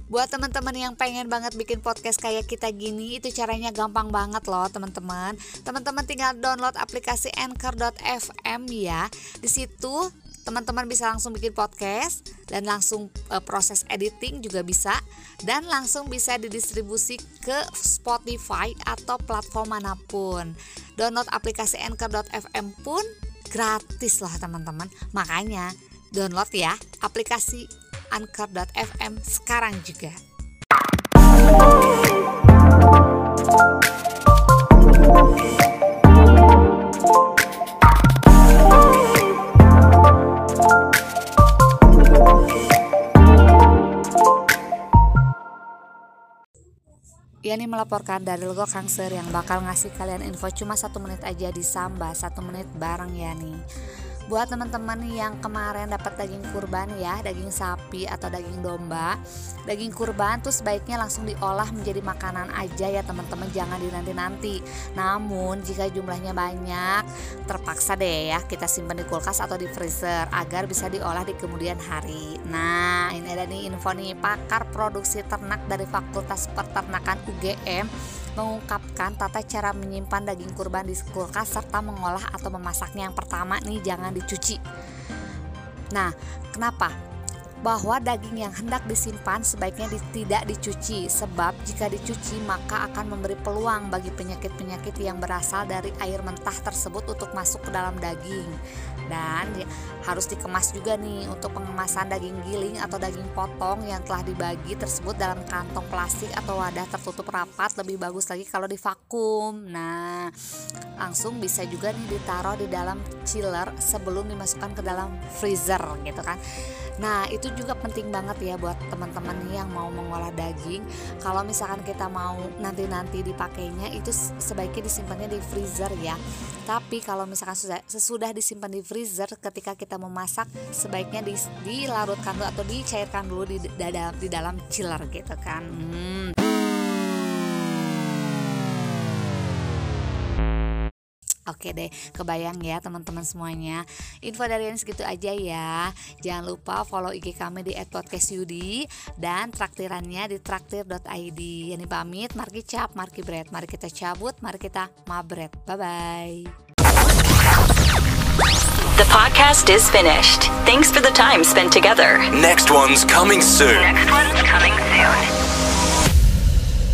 Buat teman-teman yang pengen banget bikin podcast kayak kita gini, itu caranya gampang banget loh teman-teman. Teman-teman tinggal download aplikasi Anchor.fm ya. Di situ teman-teman bisa langsung bikin podcast dan langsung proses editing juga bisa, dan langsung bisa didistribusi ke Spotify atau platform manapun. Download aplikasi Anchor.fm pun gratis loh teman-teman. Makanya download ya aplikasi Anchor.fm sekarang juga. Yani melaporkan dari Logo Kangser yang bakal ngasih kalian info cuma 1 menit aja di Samba 1 menit bareng Yani. Buat teman-teman yang kemarin dapat daging kurban ya, daging sapi atau daging domba, daging kurban tuh sebaiknya langsung diolah menjadi makanan aja ya teman-teman, jangan dinanti-nanti. Namun jika jumlahnya banyak, terpaksa deh ya kita simpan di kulkas atau di freezer agar bisa diolah di kemudian hari. Nah, ini ada nih info nih, pakar produksi ternak dari Fakultas Peternakan UGM mengungkapkan tata cara menyimpan daging kurban di kulkas serta mengolah atau memasaknya. Yang pertama nih, jangan dicuci. Nah, kenapa? Bahwa daging yang hendak disimpan sebaiknya tidak dicuci, sebab jika dicuci maka akan memberi peluang bagi penyakit-penyakit yang berasal dari air mentah tersebut untuk masuk ke dalam daging. Dan harus dikemas juga nih untuk pengemasan daging giling atau daging potong yang telah dibagi tersebut dalam kantong plastik atau wadah tertutup rapat. Lebih bagus lagi kalau divakum. Nah, langsung bisa juga nih ditaruh di dalam chiller sebelum dimasukkan ke dalam freezer gitu kan. Nah, itu juga penting banget ya buat teman-teman yang mau mengolah daging. Kalau misalkan kita mau nanti-nanti dipakainya, itu sebaiknya disimpannya di freezer ya. Tapi kalau misalkan sesudah disimpan di freezer, ketika kita memasak sebaiknya dilarutkan dulu atau dicairkan dulu di dalam chiller gitu kan. Oke deh, kebayang ya teman-teman semuanya. Info dari ini segitu aja ya. Jangan lupa follow IG kami di @podcastyudi dan traktirannya di traktir.id. Yani pamit, marki cap, marki bread. Mari kita cabut, mari kita mabret. Bye-bye. The podcast is finished. Thanks for the time spent together. Next one's coming soon. Next one's coming soon.